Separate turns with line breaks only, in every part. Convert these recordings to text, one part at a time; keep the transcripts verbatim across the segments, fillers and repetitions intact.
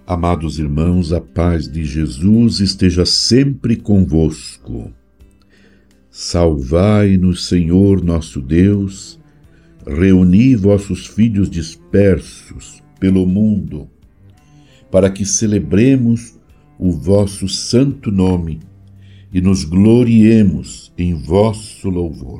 Amados irmãos, a paz de Jesus esteja sempre convosco. Salvai-nos, Senhor nosso Deus, reuni vossos filhos dispersos pelo mundo, para que celebremos o vosso santo nome e nos gloriemos em vosso louvor.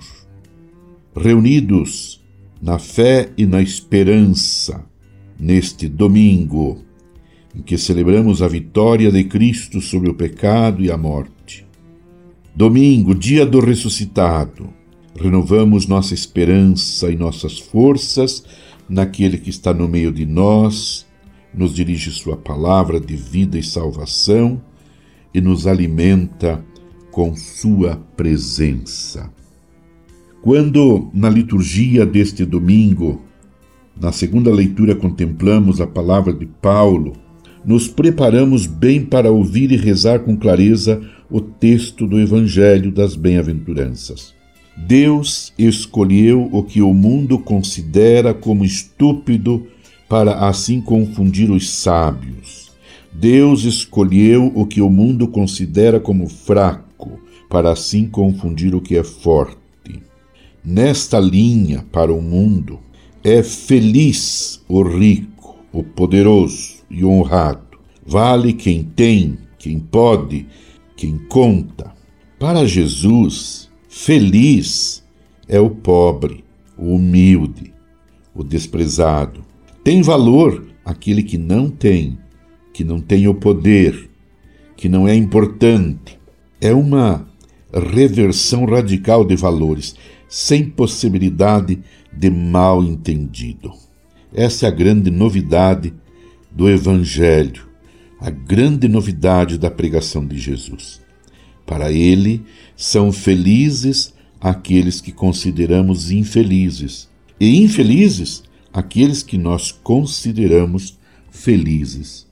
Reunidos na fé e na esperança, neste domingo, em que celebramos a vitória de Cristo sobre o pecado e a morte. Domingo, dia do ressuscitado, renovamos nossa esperança e nossas forças naquele que está no meio de nós, nos dirige sua palavra de vida e salvação e nos alimenta com sua presença. Quando, na liturgia deste domingo, na segunda leitura contemplamos a palavra de Paulo, nos preparamos bem para ouvir e rezar com clareza o texto do Evangelho das Bem-aventuranças. Deus escolheu o que o mundo considera como estúpido para assim confundir os sábios. Deus escolheu o que o mundo considera como fraco para assim confundir o que é forte. Nesta linha para o mundo, é feliz o rico, o poderoso e honrado. Vale quem tem, quem pode, quem conta. Para Jesus, feliz é o pobre, o humilde, o desprezado. Tem valor aquele que não tem, que não tem o poder, que não é importante. É uma reversão radical de valores, sem possibilidade de mal entendido. Essa é a grande novidade do Evangelho, a grande novidade da pregação de Jesus. Para ele, são felizes aqueles que consideramos infelizes, e infelizes aqueles que nós consideramos felizes.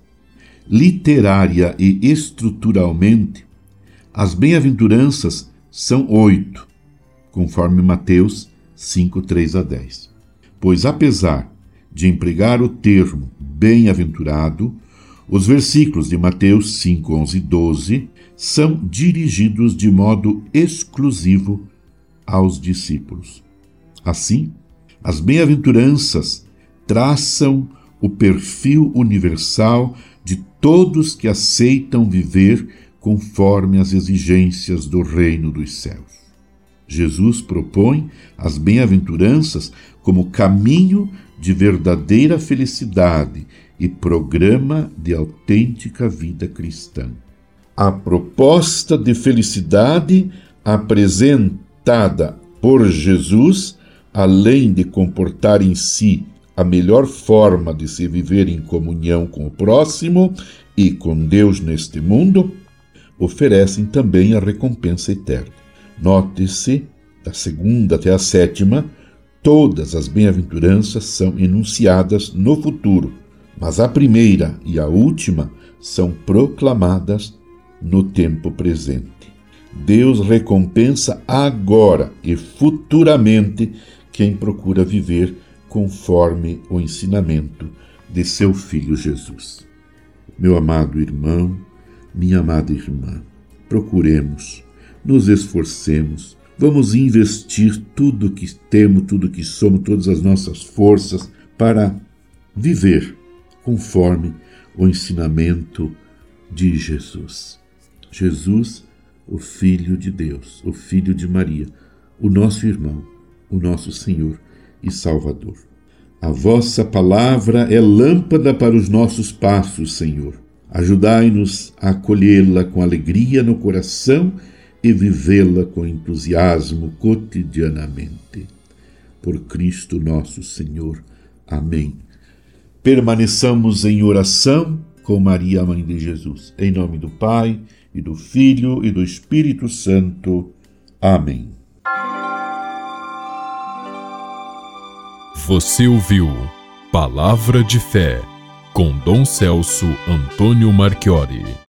Literária e estruturalmente, as bem-aventuranças são oito, conforme Mateus cinco, três a dez. Pois apesar de empregar o termo bem-aventurado, os versículos de Mateus cinco, onze e doze são dirigidos de modo exclusivo aos discípulos. Assim, as bem-aventuranças traçam o perfil universal de todos que aceitam viver conforme as exigências do reino dos céus. Jesus propõe as bem-aventuranças como caminho de verdadeira felicidade e programa de autêntica vida cristã. A proposta de felicidade apresentada por Jesus, além de comportar em si a melhor forma de se viver em comunhão com o próximo e com Deus neste mundo, oferecem também a recompensa eterna. Note-se, da segunda até a sétima, todas as bem-aventuranças são enunciadas no futuro, mas a primeira e a última são proclamadas no tempo presente. Deus recompensa agora e futuramente quem procura viver conforme o ensinamento de seu Filho Jesus. Meu amado irmão, minha amada irmã, procuremos, nos esforcemos, vamos investir tudo que temos, tudo que somos, todas as nossas forças para viver conforme o ensinamento de Jesus. Jesus, o Filho de Deus, o Filho de Maria, o nosso irmão, o nosso Senhor e Salvador. A vossa palavra é lâmpada para os nossos passos, Senhor. Ajudai-nos a acolhê-la com alegria no coração e vivê-la com entusiasmo cotidianamente. Por Cristo nosso Senhor. Amém. Permaneçamos em oração com Maria, Mãe de Jesus. Em nome do Pai, e do Filho, e do Espírito Santo. Amém.
Você ouviu Palavra de Fé, com Dom Celso Antônio Marchiori.